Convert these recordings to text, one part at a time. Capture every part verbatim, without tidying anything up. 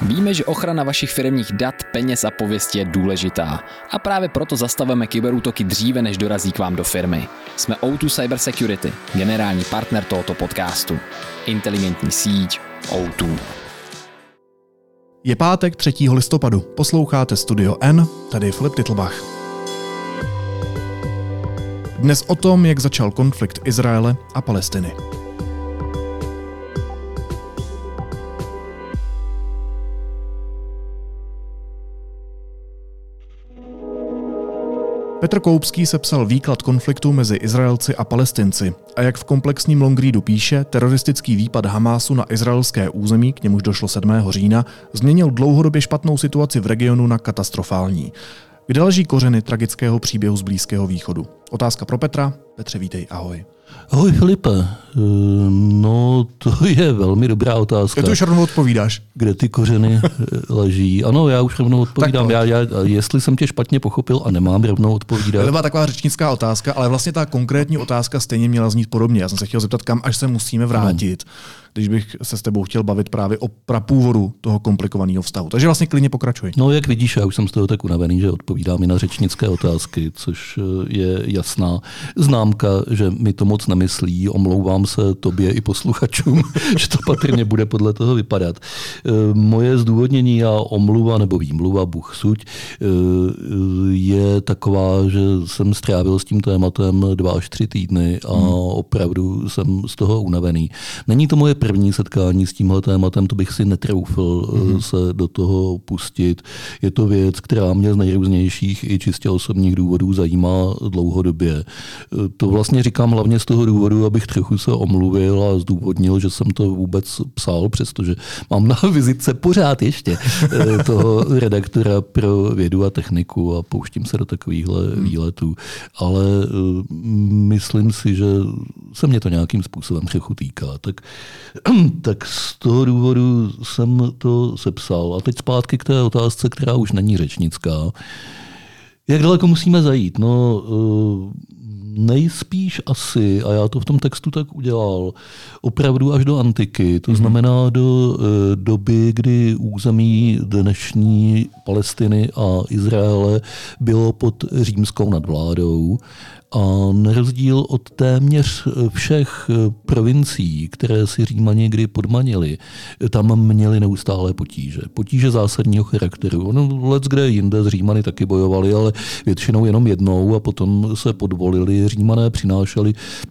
Víme, že ochrana vašich firemních dat, peněz a pověsti je důležitá. A právě proto zastavujeme kyberútoky dříve, než dorazí k vám do firmy. Jsme O dva Cyber Security, generální partner tohoto podcastu. Inteligentní síť O dva. Je pátek třetího listopadu. Posloucháte Studio N, tady Filip Titlbach. Dnes o tom, jak začal konflikt Izraele a Palestiny. Petr Koupský sepsal výklad konfliktu mezi Izraelci a Palestinci a jak v komplexním longreadu píše, teroristický výpad Hamásu na izraelské území, k němuž došlo sedmého října, změnil dlouhodobě špatnou situaci v regionu na katastrofální. Kde leží kořeny tragického příběhu z Blízkého východu? Otázka pro Petra. Petře, vítej, ahoj. Ahoj Filipe, no to je velmi dobrá otázka. Ty už rovnou odpovídáš. Kde ty kořeny leží? Ano, já už rovnou odpovídám. Já, já, jestli jsem tě špatně pochopil a nemám rovnou odpovídat. To byla taková řečnická otázka, ale vlastně ta konkrétní otázka stejně měla znít podobně. Já jsem se chtěl zeptat, kam až se musíme vrátit, no. když bych se s tebou chtěl bavit právě o prapůvodu toho komplikovaného vztahu. Takže vlastně klidně pokračuj. No jak vidíš, já už jsem z toho tak unavený, že odpovídám i na řečnické otázky, což je jasná známka, že mi to moc nemyslí. Omlouvám se tobě i posluchačům, že to patrně bude podle toho vypadat. Moje zdůvodnění a omluva nebo výmluva, Bůh suď, je taková, že jsem strávil s tím tématem dva až tři týdny a hmm. opravdu jsem z toho unavený. Není to moje první setkání s tímhle tématem, to bych si netroufl hmm. se do toho pustit. Je to věc, která mě z nejrůznějších i čistě osobních důvodů zajímá dlouhodobě. To vlastně říkám hlavně z toho důvodu, abych trochu se omluvil a zdůvodnil, že jsem to vůbec psal, přestože mám na vizitce pořád ještě toho redaktora pro vědu a techniku a pouštím se do takovýchhle výletů. Ale myslím si, že se mě to nějakým způsobem trochu týká. Tak, tak z toho důvodu jsem to sepsal. A teď zpátky k té otázce, která už není řečnická. Jak daleko musíme zajít? No, nejspíš asi, a já to v tom textu tak udělal, opravdu až do antiky, to znamená do e, doby, kdy území dnešní Palestiny a Izraele bylo pod římskou nadvládou. A na rozdíl od téměř všech provincií, které si Římani kdy podmanili, tam měli neustále potíže. Potíže zásadního charakteru. No, leckde jinde s Římany taky bojovali, ale většinou jenom jednou a potom se podvolili. Římané přinášeli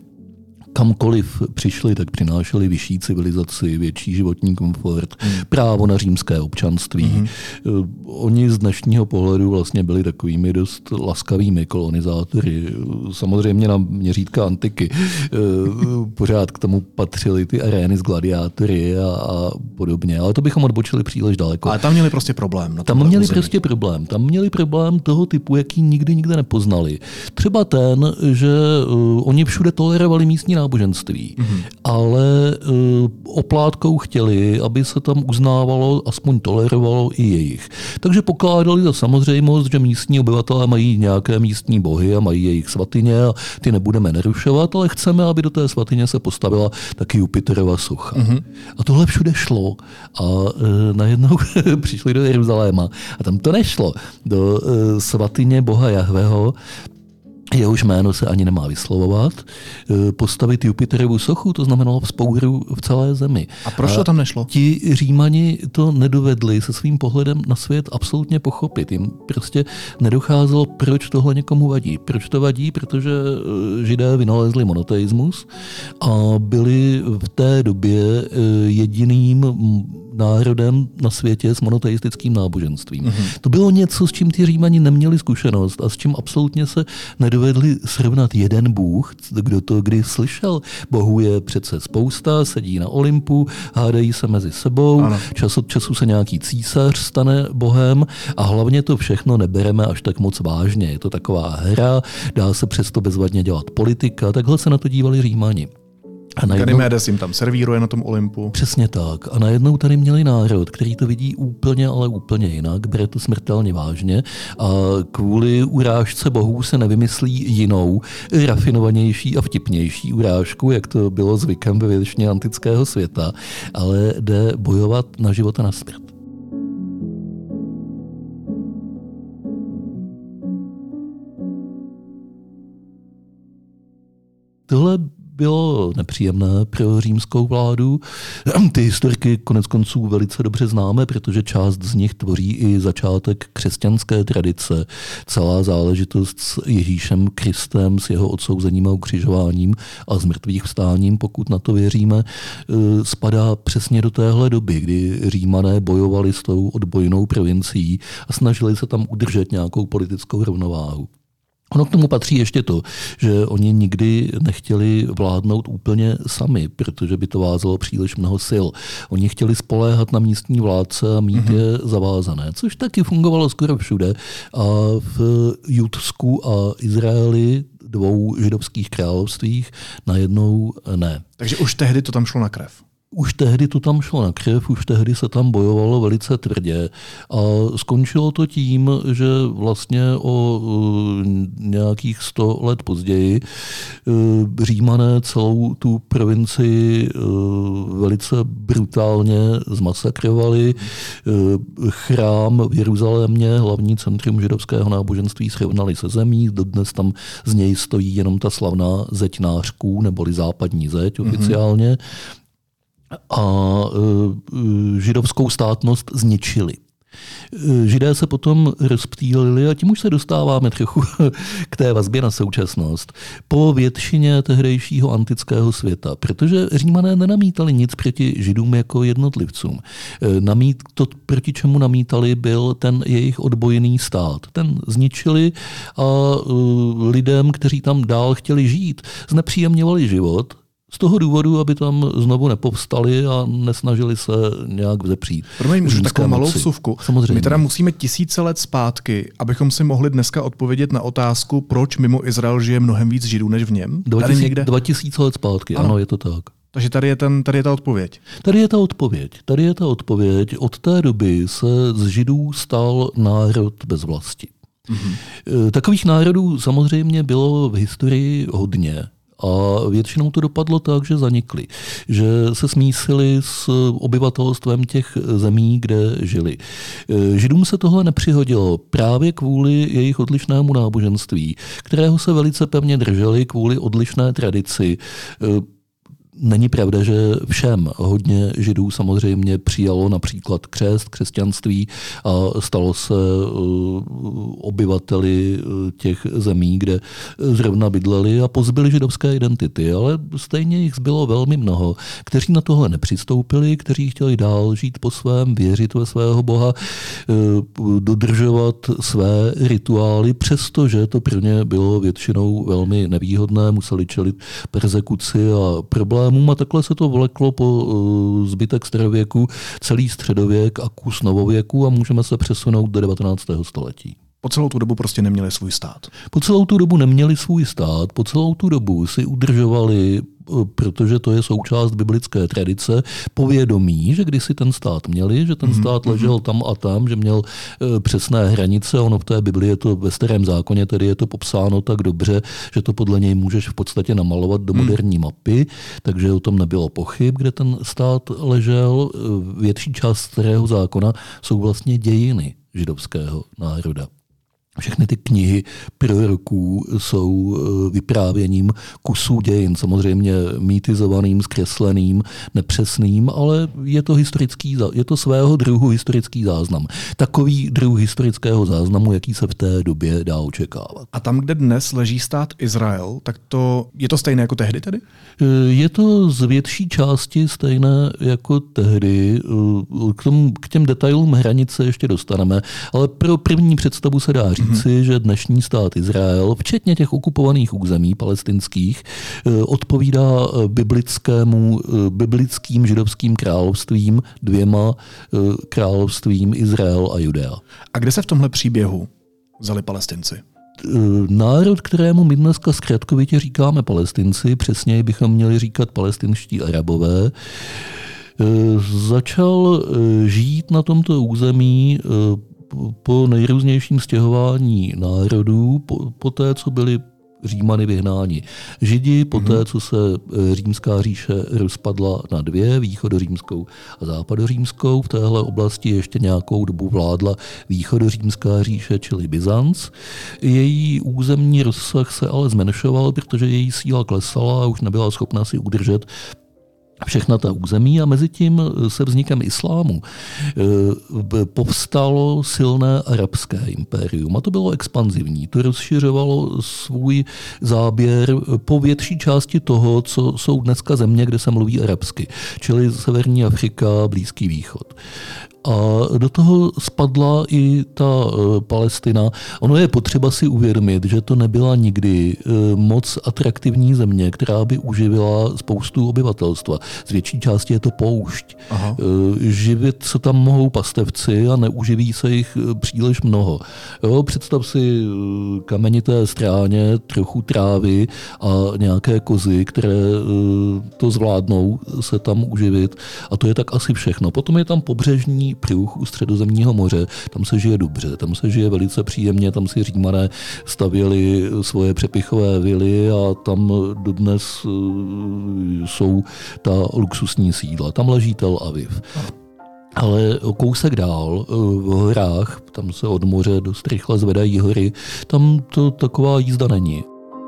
kamkoliv přišli, tak přinášeli vyšší civilizaci, větší životní komfort, mm. právo na římské občanství. Mm. Oni z dnešního pohledu vlastně byli takovými dost laskavými kolonizátory. Samozřejmě na měřítka antiky. Pořád k tomu patřily ty arény s gladiátory a, a podobně. Ale to bychom odbočili příliš daleko. Ale tam měli prostě problém. Na tam měli území. prostě problém. Tam měli problém toho typu, jaký nikdy nikde nepoznali. Třeba ten, že uh, oni všude tolerovali místní náboženství, mm-hmm. ale uh, oplátkou chtěli, aby se tam uznávalo, aspoň tolerovalo i jejich. Takže pokládali za samozřejmost, že místní obyvatelé mají nějaké místní bohy a mají jejich svatyně a ty nebudeme narušovat, ale chceme, aby do té svatyně se postavila taky Jupiterova socha. Mm-hmm. A tohle všude šlo a uh, najednou přišli do Jeruzaléma a tam to nešlo. Do uh, svatyně boha Jahveho, jehož jméno se ani nemá vyslovovat, postavit Jupiterovu sochu, to znamenalo vzpouru v celé zemi. A proč to tam nešlo? Ti Římani to nedovedli se svým pohledem na svět absolutně pochopit. Jim prostě nedocházelo, proč tohle někomu vadí. Proč to vadí? Protože Židé vynalezli monoteismus a byli v té době jediným národem na světě s monoteistickým náboženstvím. Mm-hmm. To bylo něco, s čím ty Římani neměli zkušenost a s čím absolutně se nedovedli srovnat jeden bůh. Kdo to kdy slyšel? Bohů je přece spousta, sedí na Olympu, hádají se mezi sebou, ano. Čas od času se nějaký císař stane bohem a hlavně to všechno nebereme až tak moc vážně. Je to taková hra, dá se přesto bezvadně dělat politika, takhle se na to dívali Římani. Ganymedes jim tam servíruje na tom Olympu. Přesně tak. A najednou tady měli národ, který to vidí úplně, ale úplně jinak, bere to smrtelně vážně a kvůli urážce bohů se nevymyslí jinou, rafinovanější a vtipnější urážku, jak to bylo zvykem ve většině antického světa, ale jde bojovat na život a na smrt. Tohle bylo nepříjemné pro římskou vládu. Ty historiky konec konců velice dobře známe, protože část z nich tvoří i začátek křesťanské tradice. Celá záležitost s Ježíšem Kristem, s jeho odsouzením a ukřižováním a zmrtvých vstáním, pokud na to věříme, spadá přesně do téhle doby, kdy Římané bojovali s tou odbojnou provincií a snažili se tam udržet nějakou politickou rovnováhu. Ono k tomu patří ještě to, že oni nikdy nechtěli vládnout úplně sami, protože by to vázalo příliš mnoho sil. Oni chtěli spoléhat na místní vládce a mít mm-hmm. je zavázané, což taky fungovalo skoro všude. A v Judsku a Izraeli, dvou židovských královstvích, najednou ne. Takže už tehdy to tam šlo na krev. Už tehdy to tam šlo na krev, už tehdy se tam bojovalo velice tvrdě a skončilo to tím, že vlastně o nějakých sto let později Římané celou tu provincii velice brutálně zmasakrovali. Chrám v Jeruzalémě, hlavní centrum židovského náboženství, srovnali se zemí. Dodnes tam z něj stojí jenom ta slavná zeď nářků, neboli západní zeď oficiálně. Mm-hmm. A e, židovskou státnost zničili. E, Židé se potom rozptýlili a tím už se dostáváme trochu k té vazbě na současnost. Po většině tehdejšího antického světa, protože Římané nenamítali nic proti Židům jako jednotlivcům. E, namít, to, proti čemu namítali, byl ten jejich odbojný stát. Ten zničili a e, lidem, kteří tam dál chtěli žít, znepříjemňovali život, z toho důvodu, aby tam znovu nepovstali a nesnažili se nějak vzepřít. Promiň, můžu takovou malou vsuvku. Samozřejmě. My teda musíme tisíce let zpátky, abychom si mohli dneska odpovědět na otázku, proč mimo Izrael žije mnohem víc Židů než v něm. Dva tisíce let zpátky, ano. ano, je to tak. Takže tady je, ten, tady je ta odpověď. Tady je ta odpověď. Tady je ta odpověď. Od té doby se z Židů stal národ bez vlasti. Mm-hmm. Takových národů samozřejmě bylo v historii hodně. A většinou to dopadlo tak, že zanikli, že se smísili s obyvatelstvem těch zemí, kde žili. Židům se tohle nepřihodilo právě kvůli jejich odlišnému náboženství, kterého se velice pevně drželi kvůli odlišné tradici. Není pravda, že všem. Hodně Židů samozřejmě přijalo například křest, křesťanství a stalo se obyvateli těch zemí, kde zrovna bydleli a pozbyli židovské identity. Ale stejně jich bylo velmi mnoho, kteří na tohle nepřistoupili, kteří chtěli dál žít po svém, věřit ve svého Boha, dodržovat své rituály, přestože to pro ně bylo většinou velmi nevýhodné, museli čelit perzekuci a problémy. A takhle se to vleklo po zbytek starověku, celý středověk a kus novověku a můžeme se přesunout do devatenáctého století. Po celou tu dobu prostě neměli svůj stát. Po celou tu dobu neměli svůj stát, po celou tu dobu si udržovali, protože to je součást biblické tradice, povědomí, že kdysi ten stát měli, že ten mm-hmm. stát ležel tam a tam, že měl e, přesné hranice. Ono v té Biblii je to ve Starém zákoně, tedy je to popsáno tak dobře, že to podle něj můžeš v podstatě namalovat do moderní mm. mapy, takže o tom nebylo pochyb, kde ten stát ležel. Větší část Starého zákona jsou vlastně dějiny židovského národa. Všechny ty knihy proroků jsou vyprávěním kusů dějin, samozřejmě mýtizovaným, zkresleným, nepřesným, ale je to historický, je to svého druhu historický záznam. Takový druh historického záznamu, jaký se v té době dá očekávat. A tam, kde dnes leží stát Izrael, tak to je to stejné jako tehdy tedy? Je to z větší části stejné jako tehdy. K, tomu, k těm detailům hranice ještě dostaneme, ale pro první představu se dá říci, mm-hmm. že dnešní stát Izrael, včetně těch okupovaných území palestinských, odpovídá biblickému, biblickým židovským královstvím, dvěma královstvím Izrael a Judea. A kde se v tomhle příběhu vzali Palestinci? Národ, kterému my dneska zkratkovitě říkáme Palestinci, přesněji bychom měli říkat palestinští Arabové, začal žít na tomto území po nejrůznějším stěhování národů, po, po té, co byli Římany vyhnáni Židi, poté co se římská říše rozpadla na dvě, východořímskou a západořímskou. V téhle oblasti ještě nějakou dobu vládla východořímská říše, čili Byzanc. Její územní rozsah se ale zmenšoval, protože její síla klesala a už nebyla schopna si udržet všechna ta území a mezi tím se vznikem islámu povstalo silné arabské impérium a to bylo expanzivní. To rozšiřovalo svůj záběr po větší části toho, co jsou dneska země, kde se mluví arabsky, čili Severní Afrika, Blízký východ. A do toho spadla i ta Palestina. Ono je potřeba si uvědomit, že to nebyla nikdy moc atraktivní země, která by uživila spoustu obyvatelstva. Z větší části je to poušť. Aha. Živit se tam mohou pastevci a neuživí se jich příliš mnoho. Jo, představ si kamenité stráně, trochu trávy a nějaké kozy, které to zvládnou se tam uživit. A to je tak asi všechno. Potom je tam pobřežní pruh u Středozemního moře, tam se žije dobře, tam se žije velice příjemně, tam si Římané stavěli svoje přepichové vily a tam dodnes jsou ta luxusní sídla. Tam leží Tel Aviv. Ale kousek dál, v horách, tam se od moře dost rychle zvedají hory, tam to taková jízda není.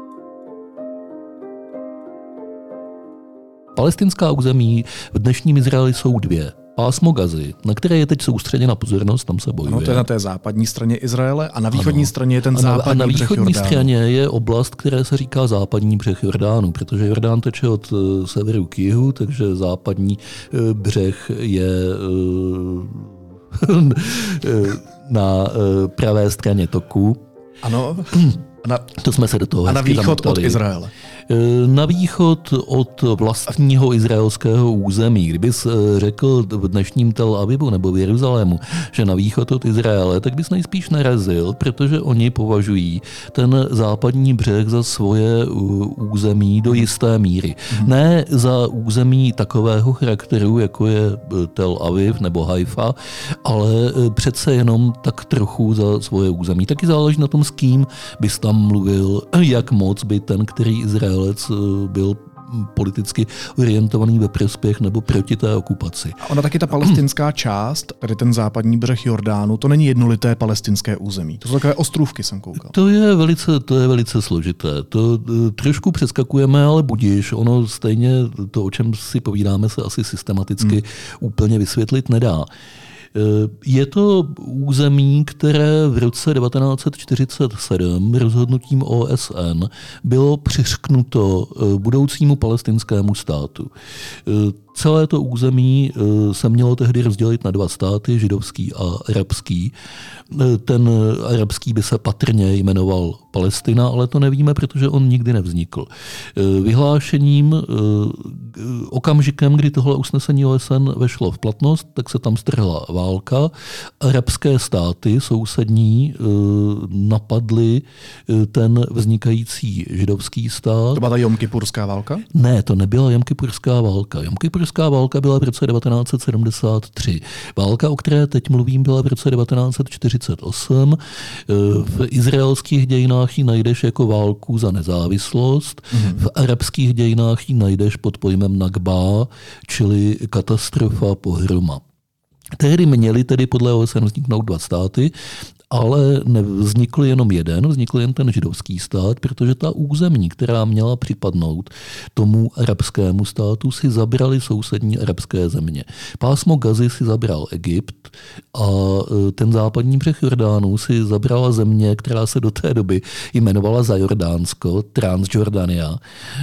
Palestinská území v dnešním Izraeli jsou dvě. Pásmo Gazy, na které je teď soustředěna pozornost, tam se bojuje. No, to je na té západní straně Izraele a na východní ano. straně je ten západní břeh Jordánu. A na východní Jordánu. straně je oblast, které se říká západní břeh Jordánu, protože Jordán teče od severu k jihu, takže západní břeh je na pravé straně toku. Ano. Na, to jsme se do toho a na východ zamotali. Od Izraele. Na východ od vlastního izraelského území. Kdybys řekl v dnešním Tel Avivu nebo v Jeruzalému, že na východ od Izraele, tak bys nejspíš narazil, protože oni považují ten západní břeh za svoje území do jisté míry. Hmm. Ne za území takového charakteru, jako je Tel Aviv nebo Haifa, ale přece jenom tak trochu za svoje území. Taky záleží na tom, s kým bys tam mluvil, jak moc by ten, který Izraelec byl politicky orientovaný ve prospěch nebo proti té okupaci. A ona taky ta palestinská část, tady ten západní břeh Jordánu, to není jednolité palestinské území. To jsou takové ostrůvky, jsem koukal. To je velice, to je velice složité. To trošku přeskakujeme, ale budíš. Ono stejně to, o čem si povídáme, se asi systematicky hmm. úplně vysvětlit nedá. Je to území, které v roce devatenáct set čtyřicet sedm rozhodnutím O S N bylo přiřknuto budoucímu palestinskému státu. Celé to území se mělo tehdy rozdělit na dva státy, židovský a arabský. Ten arabský by se patrně jmenoval Palestina, ale to nevíme, protože on nikdy nevznikl. Vyhlášením, okamžikem, kdy tohle usnesení O S N vešlo v platnost, tak se tam strhla válka. Arabské státy sousední napadly ten vznikající židovský stát. To byla ta Jomkipurská válka? Ne, to nebyla Jomkipurská válka. Jomkipurská válka byla v roce devatenáct set sedmdesát tři. Válka, o které teď mluvím, byla v roce devatenáct set čtyřicet osm. V izraelských dějinách ji najdeš jako válku za nezávislost. Mm-hmm. V arabských dějinách ji najdeš pod pojmem Nakba, čili katastrofa, pohroma. Tehdy měli tedy podle O S N vzniknout dva státy, ale nevznikl jenom jeden, vznikl jen ten židovský stát, protože ta území, která měla připadnout tomu arabskému státu, si zabrali sousední arabské země. Pásmo Gazy si zabral Egypt a ten západní břeh Jordánu si zabrala země, která se do té doby jmenovala za Jordánsko, Transjordania.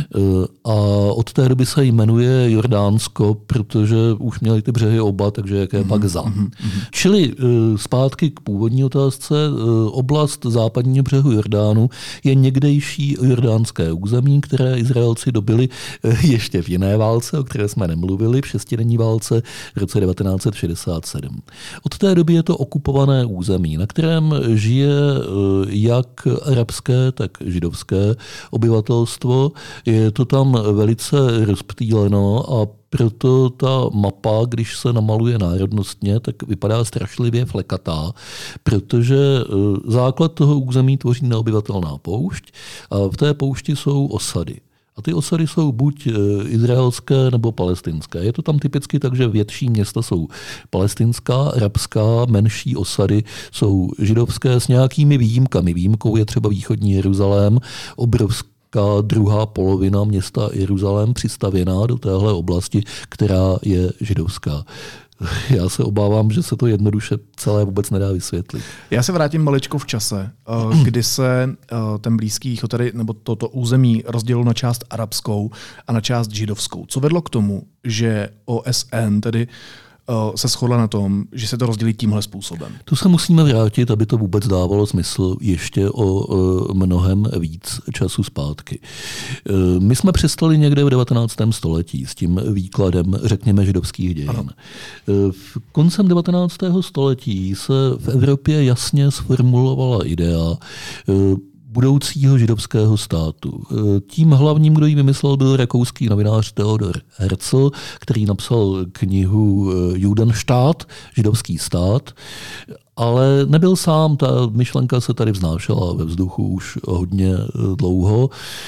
A od té doby se jmenuje Jordánsko, protože už měli ty břehy oba, takže jaké mm-hmm, pak za. Mm-hmm. Čili zpátky k původní otázce. Oblast západního břehu Jordánu je někdejší jordánské území, které Izraelci dobili ještě v jiné válce, o které jsme nemluvili, v šestidenní válce v roce devatenáct set šedesát sedm. Od té doby je to okupované území, na kterém žije jak arabské, tak židovské obyvatelstvo. Je to tam velice rozptýleno a proto ta mapa, když se namaluje národnostně, tak vypadá strašlivě flekatá, protože základ toho území tvoří neobyvatelná poušť a v té poušti jsou osady. A ty osady jsou buď izraelské nebo palestinské. Je to tam typicky tak, že větší města jsou palestinská, arabská, menší osady jsou židovské s nějakými výjimkami. Výjimkou je třeba východní Jeruzalém, obrovská druhá polovina města Jeruzalém přistavěná do téhle oblasti, která je židovská. Já se obávám, že se to jednoduše celé vůbec nedá vysvětlit. Já se vrátím maličko v čase, kdy se ten Blízký východ, tady, nebo toto území rozdělilo na část arabskou a na část židovskou. Co vedlo k tomu, že O S N tedy se shodla na tom, že se to rozdělí tímhle způsobem? Tu se musíme vrátit, aby to vůbec dávalo smysl ještě o mnohem víc času zpátky. My jsme přestali někde v devatenáctém století s tím výkladem, řekněme, židovských dějin. Ano. V koncem devatenáctého století se v Evropě jasně sformulovala idea budoucího židovského státu. Tím hlavním, kdo ji vymyslel, byl rakouský novinář Theodor Herzl, který napsal knihu Judenstaat, židovský stát, ale nebyl sám, ta myšlenka se tady vznášela ve vzduchu už hodně dlouho.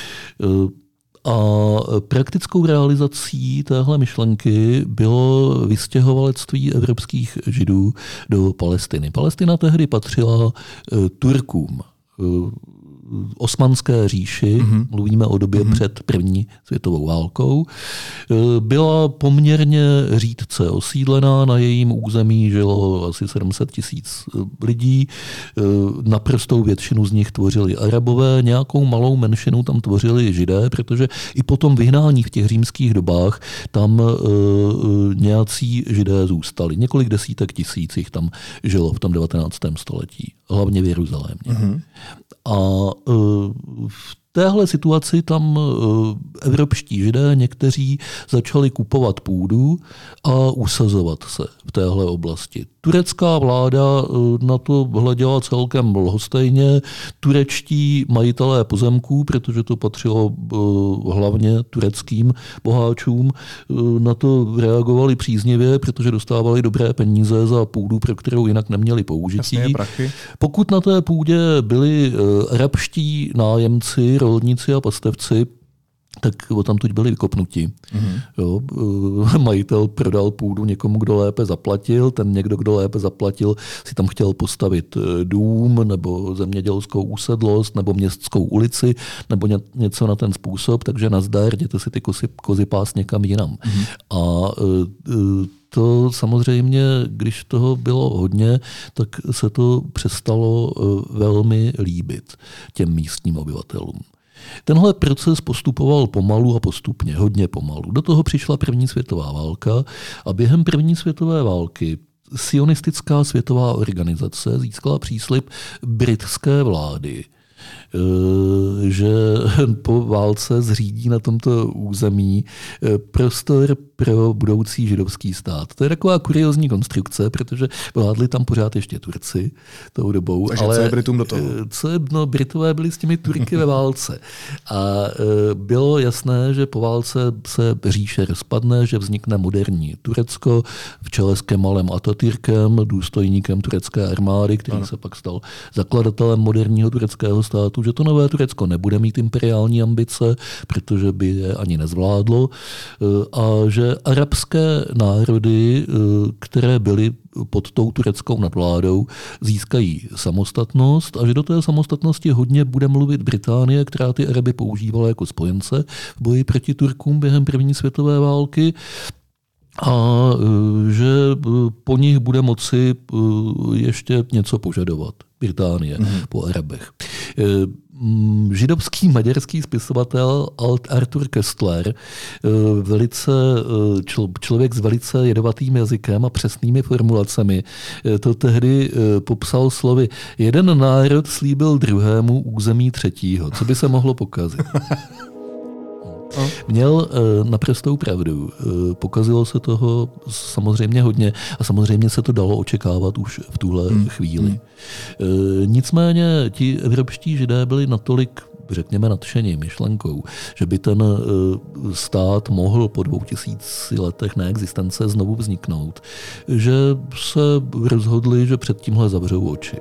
A praktickou realizací téhle myšlenky bylo vystěhovalectví evropských židů do Palestiny. Palestina tehdy patřila Turkům, Osmanské říši, mm-hmm. mluvíme o době mm-hmm. před první světovou válkou, byla poměrně řídce osídlená, na jejím území žilo asi sedm set tisíc lidí, naprostou většinu z nich tvořili Arabové, nějakou malou menšinu tam tvořili Židé, protože i po tom vyhnání v těch římských dobách tam nějací Židé zůstali. Několik desítek tisíc jich tam žilo v tom devatenáctém století, hlavně v Jeruzalémě. Mm-hmm. A v téhle situaci tam evropští Židé někteří začali kupovat půdu a usazovat se v téhle oblasti. Turecká vláda na to hleděla celkem lhostejně. Turečtí majitelé pozemků, protože to patřilo hlavně tureckým boháčům, na to reagovali příznivě, protože dostávali dobré peníze za půdu, pro kterou jinak neměli použití. Jasně, pokud na té půdě byli arabští nájemci, rolníci a pastevci, tak tamtud byli vykopnuti. Mm-hmm. Jo, majitel prodal půdu někomu, kdo lépe zaplatil, ten někdo, kdo lépe zaplatil, si tam chtěl postavit dům nebo zemědělskou usedlost nebo městskou ulici nebo něco na ten způsob, takže nazdar, jděte si ty kozy, kozy pás někam jinam. Mm-hmm. A to samozřejmě, když toho bylo hodně, tak se to přestalo velmi líbit těm místním obyvatelům. Tenhle proces postupoval pomalu a postupně, hodně pomalu. Do toho přišla první světová válka a během první světové války sionistická světová organizace získala příslib britské vlády, že po válce zřídí na tomto území prostor pro budoucí židovský stát. To je taková kuriózní konstrukce, protože vládli tam pořád ještě Turci tou dobou. Takže ale co je Britům do toho? Co je, no, Britové byli s těmi Turky ve válce. A bylo jasné, že po válce se říše rozpadne, že vznikne moderní Turecko v čele s Kemalem Atatürkem, důstojníkem turecké armády, který ano. se pak stal zakladatelem moderního tureckého státu, že to nové Turecko nebude mít imperiální ambice, protože by je ani nezvládlo, a že arabské národy, které byly pod tou tureckou nadvládou, získají samostatnost a že do té samostatnosti hodně bude mluvit Británie, která ty Araby používala jako spojence v boji proti Turkům během první světové války, a že po nich bude moci ještě něco požadovat Británie mm-hmm. po Arabech. Židovský maďarský spisovatel Arthur Koestler, velice, člověk s velice jedovatým jazykem a přesnými formulacemi, to tehdy popsal slovy: jeden národ slíbil druhému území třetího. Co by se mohlo pokazit? Měl naprostou pravdu. Pokazilo se toho samozřejmě hodně a samozřejmě se to dalo očekávat už v tuhle hmm. chvíli. Hmm. Nicméně ti evropští Židé byli natolik řekněme, nadšení myšlenkou, že by ten stát mohl po dvou tisíci letech neexistence znovu vzniknout, že se rozhodli, že před tímhle zavřou oči.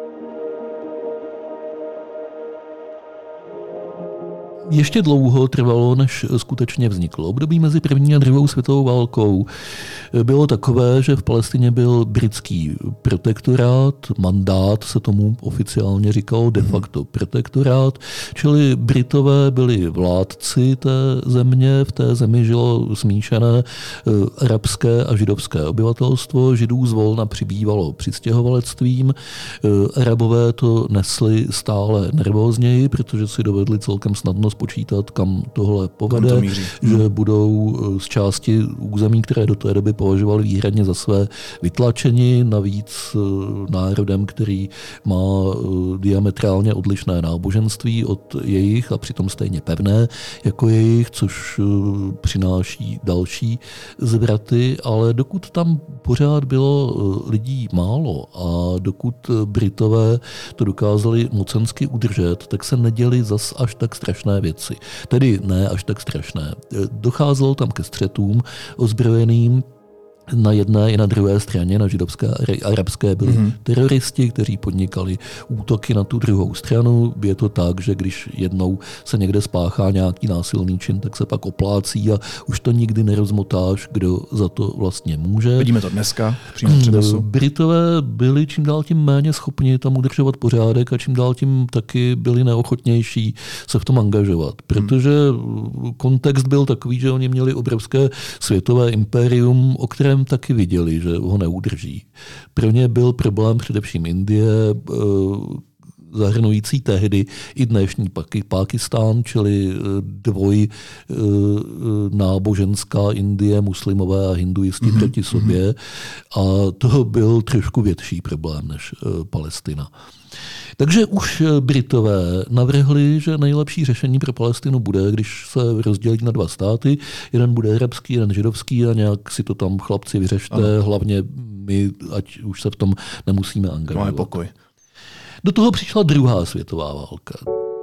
Ještě dlouho trvalo, než skutečně vzniklo. Období mezi první a druhou světovou válkou bylo takové, že v Palestině byl britský protektorát, mandát se tomu oficiálně říkalo, de facto protektorát, čili Britové byli vládci té země, v té zemi žilo smíšené arabské a židovské obyvatelstvo, židů zvolna přibývalo přistěhovalectvím, Arabové to nesli stále nervózněji, protože si dovedli celkem snadno spočítat, kam tohle povede, to že budou z části území, které do té doby považovali výhradně za své, vytlačeni, navíc národem, který má diametrálně odlišné náboženství od jejich a přitom stejně pevné jako jejich, což přináší další zvraty, ale dokud tam pořád bylo lidí málo a dokud Britové to dokázali mocensky udržet, tak se neděli zas až tak strašné věci. Tedy ne až tak strašné. Docházelo tam ke střetům ozbrojeným. Na jedné i na druhé straně, na židovské a arabské, byli mm-hmm. teroristi, kteří podnikali útoky na tu druhou stranu. Je to tak, že když jednou se někde spáchá nějaký násilný čin, tak se pak oplácí a už to nikdy nerozmotáš, kdo za to vlastně může. Vidíme to dneska v přímém přenosu. Britové byli čím dál tím méně schopni tam udržovat pořádek a čím dál tím taky byli neochotnější se v tom angažovat. Protože mm. kontext byl takový, že oni měli obrovské světové impérium, o kterém taky viděli, že ho neudrží. Pro ně byl problém především Indie, zahrnující tehdy i dnešní Pákistán, čili dvoj náboženská Indie, muslimové a hinduisti mm-hmm. proti sobě. A to byl trošku větší problém než Palestina. Takže už Britové navrhli, že nejlepší řešení pro Palestinu bude, když se rozdělí na dva státy. Jeden bude arabský, jeden židovský a nějak si to tam chlapci vyřešte. Ano. Hlavně my, ať už se v tom nemusíme angažovat. Máme pokoj. Do toho přišla druhá světová válka.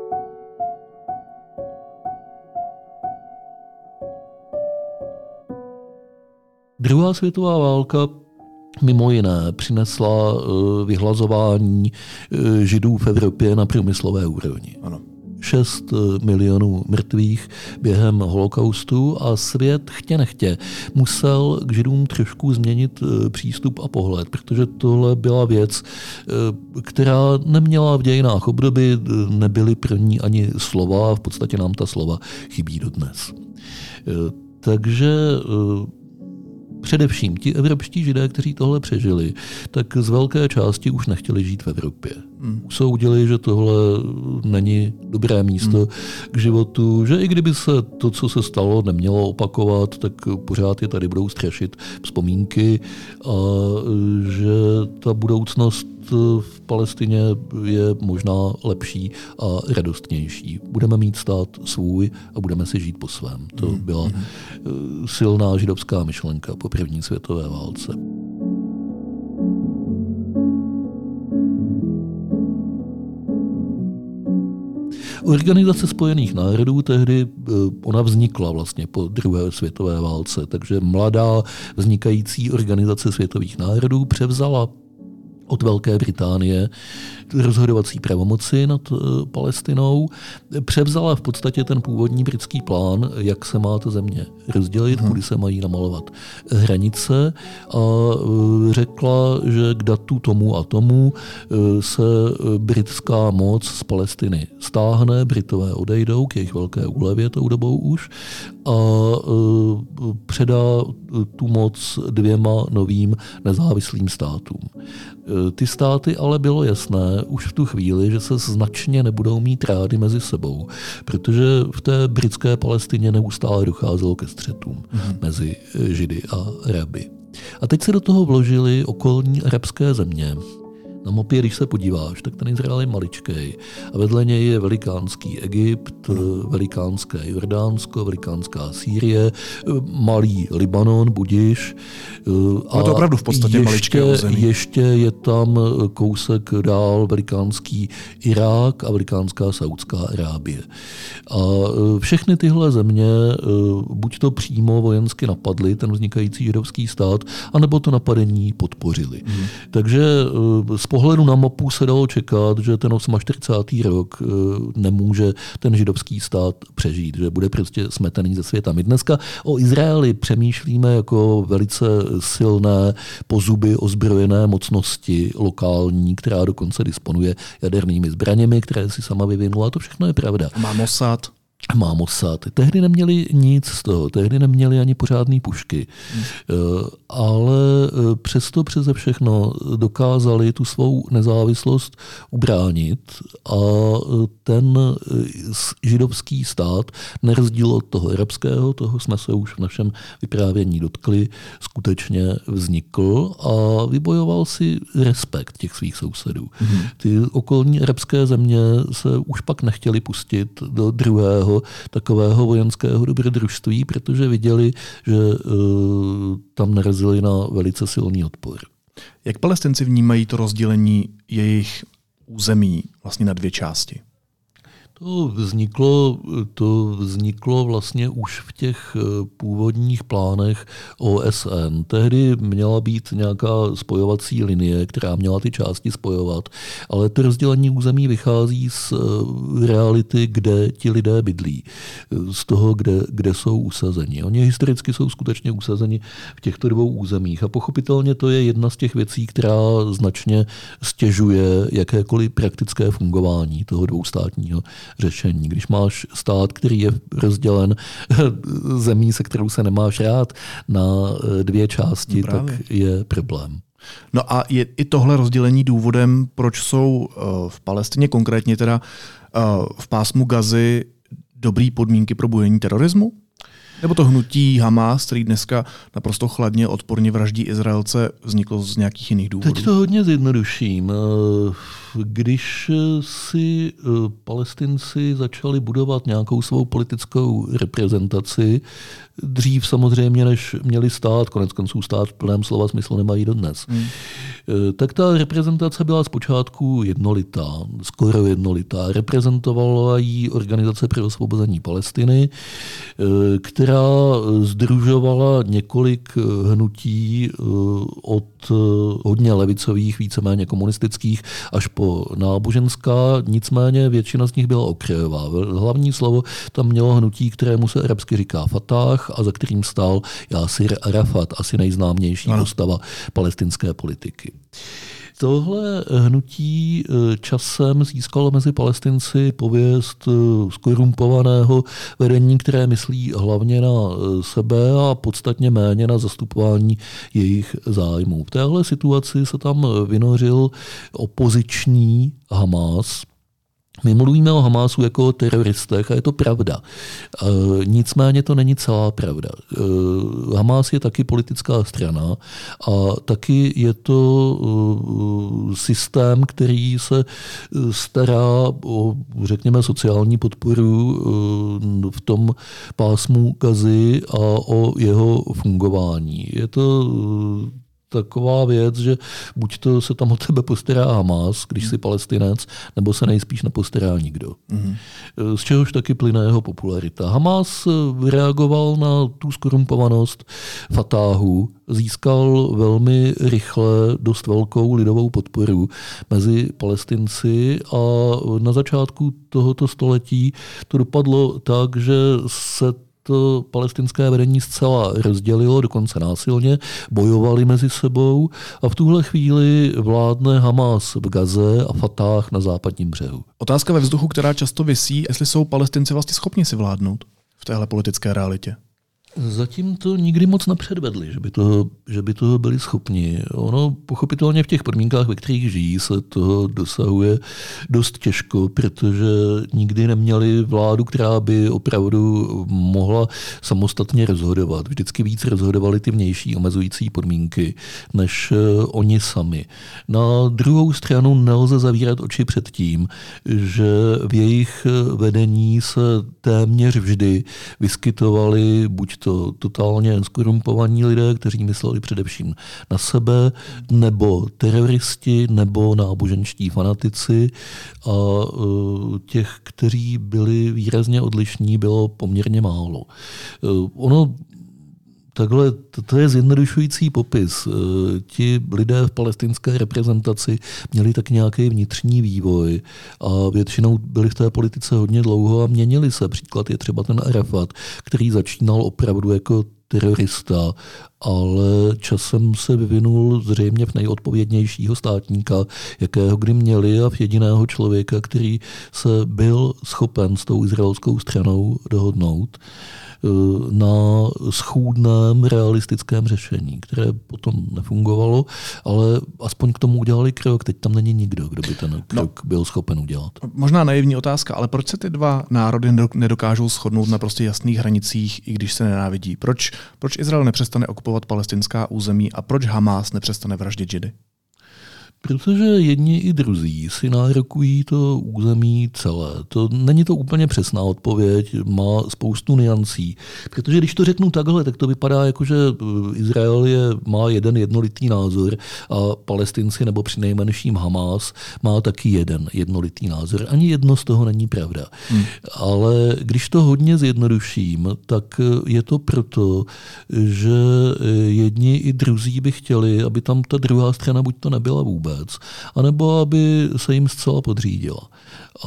Druhá světová válka mimo jiné přinesla vyhlazování židů v Evropě na průmyslové úrovni. Ano. šest milionů mrtvých během holokaustu a svět chtě nechtě musel k židům trošku změnit přístup a pohled, protože tohle byla věc, která neměla v dějinách obdoby, nebyly pro ní ani slova a v podstatě nám ta slova chybí dodnes. Takže především ti evropští židé, kteří tohle přežili, tak z velké části už nechtěli žít v Evropě. Hmm. Usoudili, že tohle není dobré místo hmm. k životu, že i kdyby se to, co se stalo, nemělo opakovat, tak pořád je tady budou strašit vzpomínky a že ta budoucnost v Palestině je možná lepší a radostnější. Budeme mít stát svůj a budeme si žít po svém. To byla silná židovská myšlenka po první světové válce. Organizace spojených národů tehdy, ona vznikla vlastně po druhé světové válce, takže mladá vznikající organizace světových národů převzala od Velké Británie rozhodovací pravomoci nad Palestinou, převzala v podstatě ten původní britský plán, jak se má ta země rozdělit, hmm. kudy se mají namalovat hranice a řekla, že k datu tomu a tomu se britská moc z Palestiny stáhne, Britové odejdou k jejich velké úlevě tou dobou už a předá tu moc dvěma novým nezávislým státům. Ty státy ale bylo jasné už v tu chvíli, že se značně nebudou mít rádi mezi sebou, protože v té britské Palestině neustále docházelo ke střetům mm-hmm. mezi Židy a Araby. A teď se do toho vložily okolní arabské země, Na mapě, když se podíváš, tak ten Izrael je maličkej. A vedle něj je velikánský Egypt, velikánské Jordánsko, velikánská Sýrie, malý Libanon, budiš. A je to opravdu v podstatě ještě, maličké území. Ještě je tam kousek dál velikánský Irák a velikánská Saudská Arábie. A všechny tyhle země buď to přímo vojensky napadly, ten vznikající židovský stát, anebo to napadení podpořili. Hmm. Takže z pohledu na mapu se dalo čekat, že ten čtyřicátý osmý rok nemůže ten židovský stát přežít, že bude prostě smetený ze světa. My dneska o Izraeli přemýšlíme jako velice silné, po zuby ozbrojené mocnosti lokální, která dokonce disponuje jadernými zbraněmi, které si sama vyvinula. To všechno je pravda. Má Mossad. Má Mossad. Tehdy neměli nic z toho, tehdy neměli ani pořádný pušky. Hmm. Ale přesto přeze všechno dokázali tu svou nezávislost ubránit a ten židovský stát, na rozdíl od toho arabského, toho jsme se už v našem vyprávění dotkli, skutečně vznikl a vybojoval si respekt těch svých sousedů. Hmm. Ty okolní arabské země se už pak nechtěli pustit do druhého takového vojenského dobrodružství, protože viděli, že uh, tam narazili na velice silný odpor. Jak Palestinci vnímají to rozdělení jejich území vlastně na dvě části? To vzniklo, to vzniklo vlastně už v těch původních plánech O S N. Tehdy měla být nějaká spojovací linie, která měla ty části spojovat, ale to rozdělení území vychází z reality, kde ti lidé bydlí, z toho, kde, kde jsou usazeni. Oni historicky jsou skutečně usazeni v těchto dvou územích a pochopitelně to je jedna z těch věcí, která značně stěžuje jakékoliv praktické fungování toho dvoustátního řešení. Když máš stát, který je rozdělen zemí, se kterou se nemáš rád, na dvě části, no tak je problém. No a je i tohle rozdělení důvodem, proč jsou v Palestině, konkrétně teda v pásmu Gazy, dobré podmínky pro bojení terorismu? Nebo to hnutí Hamás, který dneska naprosto chladně odporně vraždí Izraelce, vzniklo z nějakých jiných důvodů? Teď to hodně zjednoduším. Když si Palestinci začali budovat nějakou svou politickou reprezentaci, dřív samozřejmě, než měli stát, konec konců stát v plném slova smyslu nemají dodnes, hmm. tak ta reprezentace byla zpočátku jednolitá, skoro jednolitá. Reprezentovala ji Organizace pro osvobození Palestiny, která sdružovala několik hnutí od hodně levicových, víceméně komunistických, až po náboženská, nicméně většina z nich byla okrajová. Hlavní slovo tam mělo hnutí, kterému se arabsky říká Fatah a za kterým stál Yasir Arafat, asi nejznámější ano. postava palestinské politiky. Tohle hnutí časem získalo mezi Palestinci pověst skorumpovaného vedení, které myslí hlavně na sebe a podstatně méně na zastupování jejich zájmů. V téhle situaci se tam vynořil opoziční Hamás. My mluvíme o Hamásu jako o teroristech a je to pravda. E, nicméně to není celá pravda. E, Hamás je taky politická strana a taky je to e, systém, který se stará o, řekněme, sociální podporu e, v tom pásmu Gazy a o jeho fungování. Je to e, taková věc, že buď to se tam o tebe postará Hamás, když jsi Palestinec, nebo se nejspíš nepostará nikdo. Mm. Z čehož taky plyne jeho popularita. Hamás reagoval na tu skorumpovanost Fatáhu, získal velmi rychle dost velkou lidovou podporu mezi Palestinci a na začátku tohoto století to dopadlo tak, že se to palestinské vedení zcela rozdělilo, dokonce násilně, bojovali mezi sebou a v tuhle chvíli vládne Hamás v Gaze a Fatah na západním břehu. Otázka ve vzduchu, která často visí, jestli jsou Palestinci vlastně schopni si vládnout v téhle politické realitě. Zatím to nikdy moc nepředvedli, že by toho, že by toho byli schopni. Ono pochopitelně v těch podmínkách, ve kterých žijí, se toho dosahuje dost těžko, protože nikdy neměli vládu, která by opravdu mohla samostatně rozhodovat. Vždycky víc rozhodovali ty vnější omezující podmínky, než oni sami. Na druhou stranu nelze zavírat oči před tím, že v jejich vedení se téměř vždy vyskytovali buď to totálně skorumpovaní lidé, kteří mysleli především na sebe, nebo teroristi, nebo náboženští fanatici a těch, kteří byli výrazně odlišní, bylo poměrně málo. Ono Takhle, to je zjednodušující popis. Ti lidé v palestinské reprezentaci měli tak nějaký vnitřní vývoj a většinou byli v té politice hodně dlouho a měnili se. Příklad je třeba ten Arafat, který začínal opravdu jako terorista, ale časem se vyvinul zřejmě v nejodpovědnějšího státníka, jakého kdy měli, a v jediného člověka, který se byl schopen s tou izraelskou stranou dohodnout na schůdném realistickém řešení, které potom nefungovalo, ale aspoň k tomu udělali krok. Teď tam není nikdo, kdo by ten krok no, byl schopen udělat. Možná naivní otázka, ale proč se ty dva národy nedokážou shodnout na prostě jasných hranicích, i když se nenávidí? Proč, proč Izrael nepřestane okupovat palestinská území a proč Hamás nepřestane vraždit Židy? Protože jedni i druzí si nárokují to území celé. To není to úplně přesná odpověď, má spoustu nuancí. Protože když to řeknu takhle, tak to vypadá jako, že Izrael je, má jeden jednolitý názor a Palestinci nebo přinejmenším Hamás má taky jeden jednolitý názor. Ani jedno z toho není pravda. Hmm. Ale když to hodně zjednoduším, tak je to proto, že jedni i druzí by chtěli, aby tam ta druhá strana buď to nebyla vůbec, anebo aby se jim zcela podřídila. A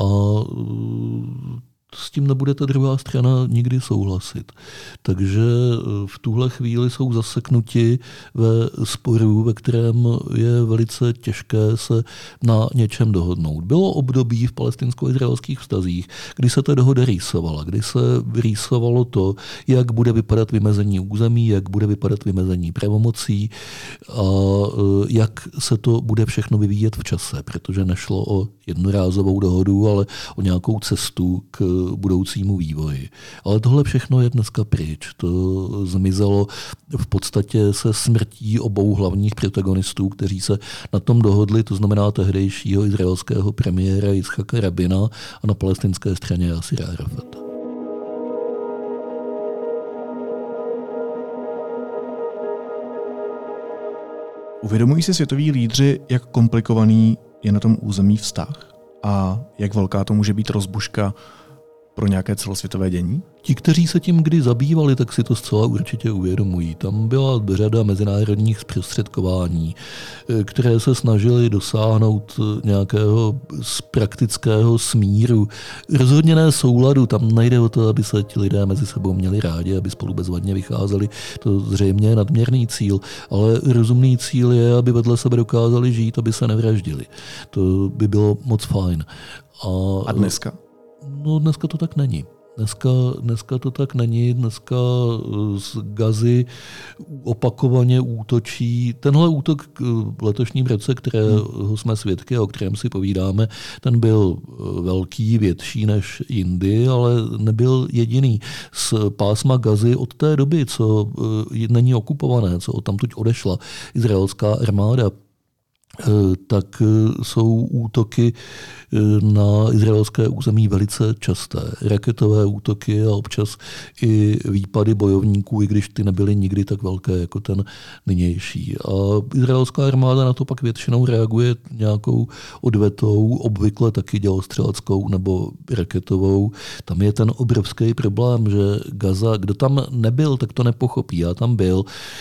s tím nebude ta druhá strana nikdy souhlasit. Takže v tuhle chvíli jsou zaseknuti ve sporu, ve kterém je velice těžké se na něčem dohodnout. Bylo období v palestinsko-izraelských vztazích, kdy se ta dohoda rýsovala, kdy se rýsovalo to, jak bude vypadat vymezení území, jak bude vypadat vymezení pravomocí a jak se to bude všechno vyvíjet v čase, protože nešlo o jednorázovou dohodu, ale o nějakou cestu k budoucímu vývoji. Ale tohle všechno je dneska pryč. To zmizelo v podstatě se smrtí obou hlavních protagonistů, kteří se na tom dohodli, to znamená tehdejšího izraelského premiéra Jitzchaka Rabina a na palestinské straně Jasira Arafata. Uvědomují si světoví lídři, jak komplikovaný je na tom území vztah a jak velká to může být rozbuška pro nějaké celosvětové dění? Ti, kteří se tím kdy zabývali, tak si to zcela určitě uvědomují. Tam byla řada mezinárodních zprostředkování, které se snažily dosáhnout nějakého praktického smíru. Rozhodně ne souladu, tam nejde o to, aby se ti lidé mezi sebou měli rádi, aby spolu bezvadně vycházeli. To zřejmě je nadměrný cíl, ale rozumný cíl je, aby vedle sebe dokázali žít, aby se nevraždili. To by bylo moc fajn. A, A dneska? No dneska to tak není. Dneska, dneska to tak není. Dneska z Gazy opakovaně útočí. Tenhle útok v letošním roce, kterého jsme svědky a o kterém si povídáme, ten byl velký, větší než jindy, ale nebyl jediný. Z pásma Gazy od té doby, co není okupované, co odtamtud odešla izraelská armáda, tak jsou útoky na izraelské území velice časté. Raketové útoky a občas i výpady bojovníků, i když ty nebyly nikdy tak velké jako ten nynější. A izraelská armáda na to pak většinou reaguje nějakou odvetou, obvykle taky dělostřeleckou nebo raketovou. Tam je ten obrovský problém, že Gaza, kdo tam nebyl, tak to nepochopí. Já tam byl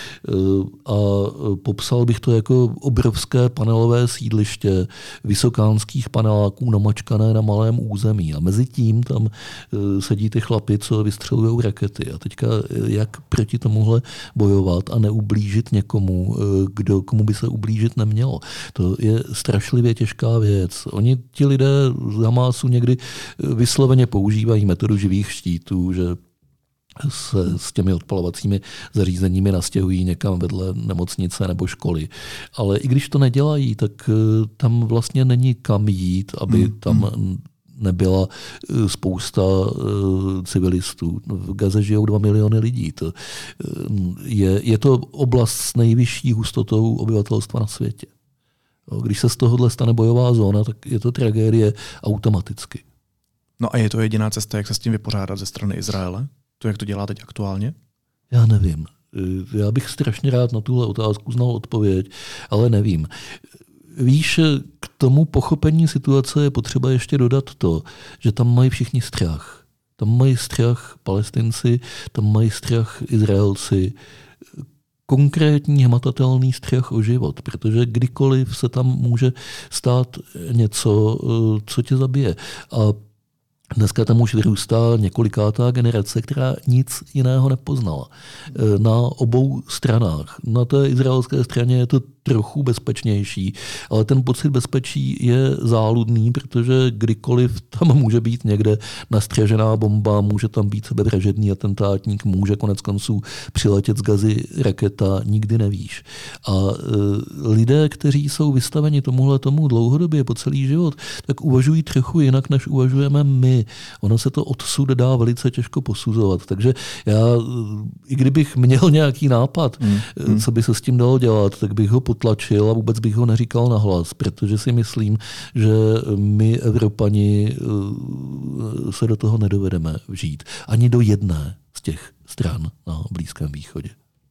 a popsal bych to jako obrovské panelové sídliště vysokánských paneláků namačkané na malém území. A mezi tím tam sedí ty chlapi, co vystřelují rakety. A teďka jak proti tomuhle bojovat a neublížit někomu, kdo, komu by se ublížit nemělo. To je strašlivě těžká věc. Oni, ti lidé z Hamásu někdy vysloveně používají metodu živých štítů, že se s těmi odpalovacími zařízeními nastěhují někam vedle nemocnice nebo školy. Ale i když to nedělají, tak tam vlastně není kam jít, aby hmm. tam nebyla spousta civilistů. V Gaze žijou dva miliony lidí. To je, je to oblast s nejvyšší hustotou obyvatelstva na světě. Když se z tohohle stane bojová zóna, tak je to tragédie automaticky. No a je to jediná cesta, jak se s tím vypořádat ze strany Izraele? To, jak to dělá teď aktuálně? Já nevím. Já bych strašně rád na tuhle otázku znal odpověď, ale nevím. Víš, k tomu pochopení situace je potřeba ještě dodat to, že tam mají všichni strach. Tam mají strach Palestinci, tam mají strach Izraelci, konkrétní hmatatelný strach o život, protože kdykoliv se tam může stát něco, co tě zabije. A dneska tam už vyrůstá několikátá generace, která nic jiného nepoznala. Na obou stranách. Na té izraelské straně je to trochu bezpečnější, ale ten pocit bezpečí je záludný, protože kdykoliv tam může být někde nastřežená bomba, může tam být sebevražedný atentátník, může konec konců přiletět z Gazy raketa, nikdy nevíš. A e, lidé, kteří jsou vystaveni tomuhle tomu dlouhodobě po celý život, tak uvažují trochu jinak, než uvažujeme my. Ono se to odsud dá velice těžko posuzovat. Takže já, i kdybych měl nějaký nápad, hmm. Hmm. co by se s tím dalo dělat, tak bych ho potlačil a vůbec bych ho neříkal nahlas, protože si myslím, že my, Evropani, se do toho nedovedeme vžít. Ani do jedné z těch stran na Blízkém východě.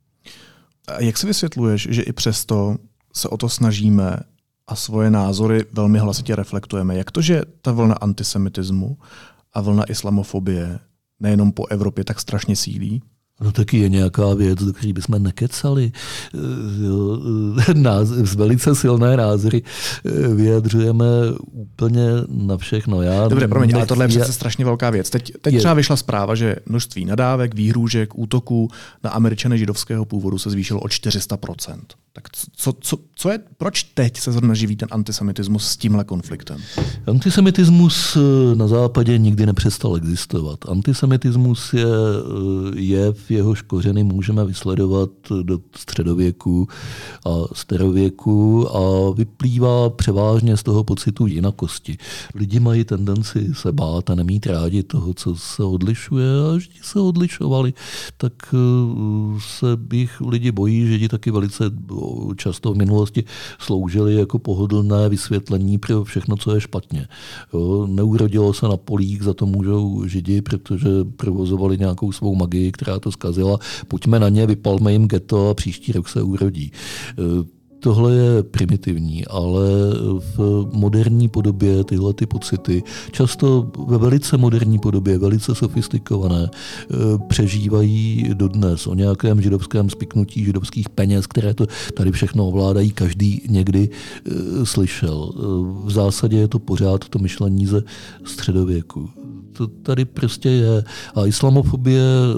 A jak si vysvětluješ, že i přesto se o to snažíme a svoje názory velmi hlasitě reflektujeme? Jak to, že ta vlna antisemitismu a vlna islamofobie nejenom po Evropě tak strašně sílí? No taky je nějaká věc, do které bychom nekecali. Náz, velice silné názory vyjadřujeme úplně na všechno. Já Dobře, promiň, nech, ale tohle je přece já, strašně velká věc. Teď, teď je, třeba vyšla zpráva, že množství nadávek, výhrůžek, útoků na Američany židovského původu se zvýšilo o čtyři sta procent. Tak co, co, co je, proč teď se zrovna živí ten antisemitismus s tímhle konfliktem? Antisemitismus na západě nikdy nepřestal existovat. Antisemitismus je, je v jehož kořeny můžeme vysledovat do středověku a starověku a vyplývá převážně z toho pocitu jinakosti. Lidi mají tendenci se bát a nemít rádi toho, co se odlišuje, a Židi se odlišovali, tak se jich lidi bojí. Židi taky velice často v minulosti sloužili jako pohodlné vysvětlení pro všechno, co je špatně. Jo, neurodilo se na polích, za to můžou Židi, protože provozovali nějakou svou magii, která to zkazila. Pojďme na ně, vypalme jim ghetto a příští rok se urodí. Tohle je primitivní, ale v moderní podobě tyhle ty pocity, často ve velice moderní podobě, velice sofistikované, přežívají dodnes. O nějakém židovském spiknutí židovských peněz, které to tady všechno ovládají, každý někdy slyšel. V zásadě je to pořád to myšlení ze středověku. To tady prostě je. A islamofobie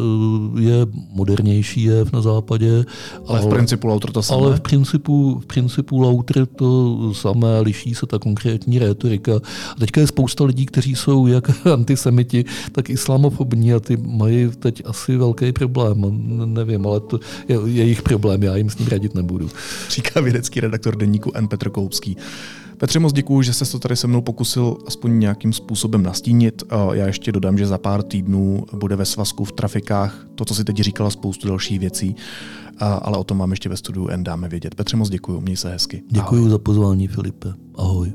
je modernější jev na západě. Ale, ale v principu Lauter to samé. Ale v principu, v principu Lauter to samé, liší se ta konkrétní rétorika. A teďka je spousta lidí, kteří jsou jak antisemiti, tak islamofobní a ty mají teď asi velký problém. Nevím, ale to je jejich problém, já jim s ním radit nebudu. Říká vědecký redaktor deníku N. Petr Koupský. Petře, moc děkuju, že jste to tady se mnou pokusil aspoň nějakým způsobem nastínit. Já ještě dodám, že za pár týdnů bude ve svazku v trafikách to, co si teď říkala, spoustu dalších věcí, ale o tom vám ještě ve studiu N dáme vědět. Petře, moc děkuju, měj se hezky. Děkuju Ahoj. Za pozvání, Filipe. Ahoj.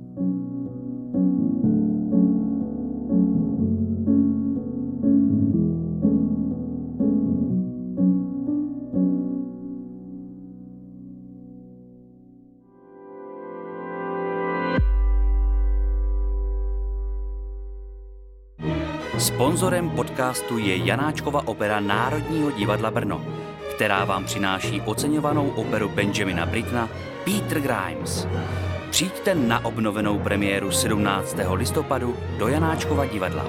Sponzorem podcastu je Janáčkova opera Národního divadla Brno, která vám přináší oceňovanou operu Benjamina Brittona Peter Grimes. Přijďte na obnovenou premiéru sedmnáctého listopadu do Janáčkova divadla.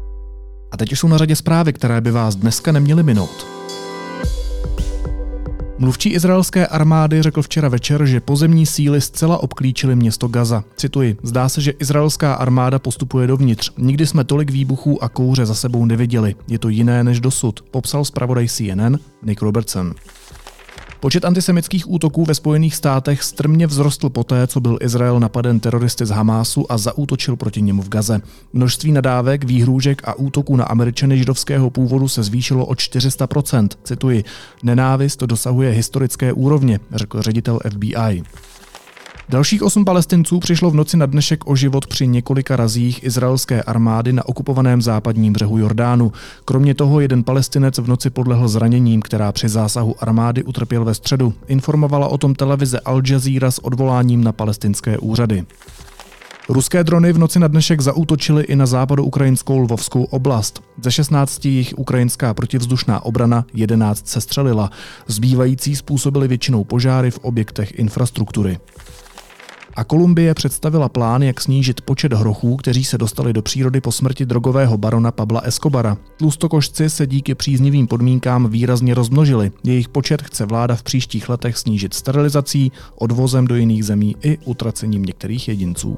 A teď už jsou na řadě zprávy, které by vás dneska neměly minout. Mluvčí izraelské armády řekl včera večer, že pozemní síly zcela obklíčily město Gaza. Cituji, zdá se, že izraelská armáda postupuje dovnitř. Nikdy jsme tolik výbuchů a kouře za sebou neviděli. Je to jiné než dosud, popsal zpravodaj C N N Nick Robertson. Počet antisemitských útoků ve Spojených státech strmě vzrostl poté, co byl Izrael napaden teroristy z Hamásu a zaútočil proti němu v Gaze. Množství nadávek, výhrůžek a útoků na Američany židovského původu se zvýšilo o čtyři sta procent. Cituji, nenávist dosahuje historické úrovně, řekl ředitel F B I. Dalších osm Palestinců přišlo v noci na dnešek o život při několika razích izraelské armády na okupovaném západním břehu Jordánu. Kromě toho jeden Palestinec v noci podlehl zraněním, která při zásahu armády utrpěl ve středu. Informovala o tom televize Al Jazeera s odvoláním na palestinské úřady. Ruské drony v noci na dnešek zaútočily i na západoukrajinskou Lvovskou oblast. Ze šestnácti jich ukrajinská protivzdušná obrana jedenáct sestřelila. Zbývající způsobily většinou požáry v objektech infrastruktury. A Kolumbie představila plán, jak snížit počet hrochů, kteří se dostali do přírody po smrti drogového barona Pabla Escobara. Tlustokošci se díky příznivým podmínkám výrazně rozmnožili. Jejich počet chce vláda v příštích letech snížit sterilizací, odvozem do jiných zemí i utracením některých jedinců.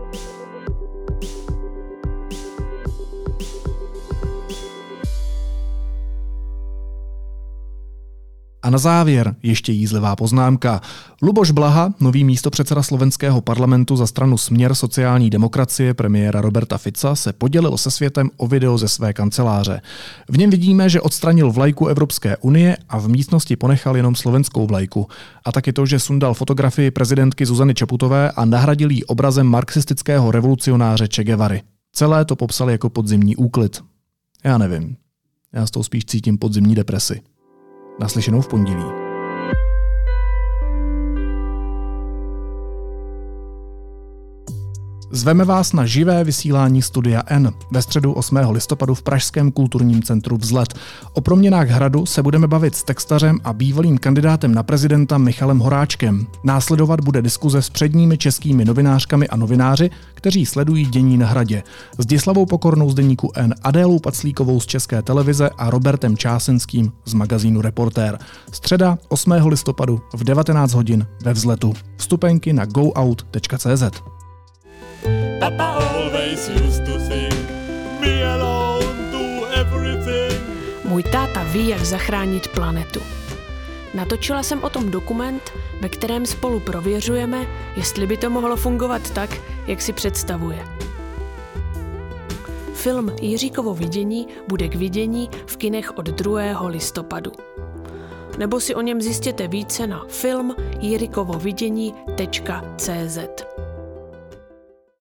A na závěr ještě jízlivá poznámka. Luboš Blaha, nový místopředseda slovenského parlamentu za stranu Směr sociální demokracie premiéra Roberta Fica, se podělil se světem o video ze své kanceláře. V něm vidíme, že odstranil vlajku Evropské unie a v místnosti ponechal jenom slovenskou vlajku. A taky to, že sundal fotografii prezidentky Zuzany Čaputové a nahradil ji obrazem marxistického revolucionáře Che Guevary. Celé to popsal jako podzimní úklid. Já nevím. Já z toho spíš cítím podzimní depresi. Naslyšenou v pondělí. Zveme vás na živé vysílání Studia N ve středu osmého listopadu v pražském kulturním centru Vzlet. O proměnách hradu se budeme bavit s textařem a bývalým kandidátem na prezidenta Michalem Horáčkem. Následovat bude diskuze s předními českými novinářkami a novináři, kteří sledují dění na hradě. S Zdislavou Pokornou z deníku N, Adélou Paclíkovou z České televize a Robertem Čásenským z magazínu Reportér. Středa osmého listopadu v devatenáct hodin ve Vzletu. Vstupenky na go out tečka cé zet. Papa always used to think, me alone do everything. Můj táta ví, jak zachránit planetu. Natočila jsem o tom dokument, ve kterém spolu prověřujeme, jestli by to mohlo fungovat tak, jak si představuje. Film Jiříkovo vidění bude k vidění v kinech od druhého listopadu. Nebo si o něm zjistěte více na film jirikovovidění tečka cé zet.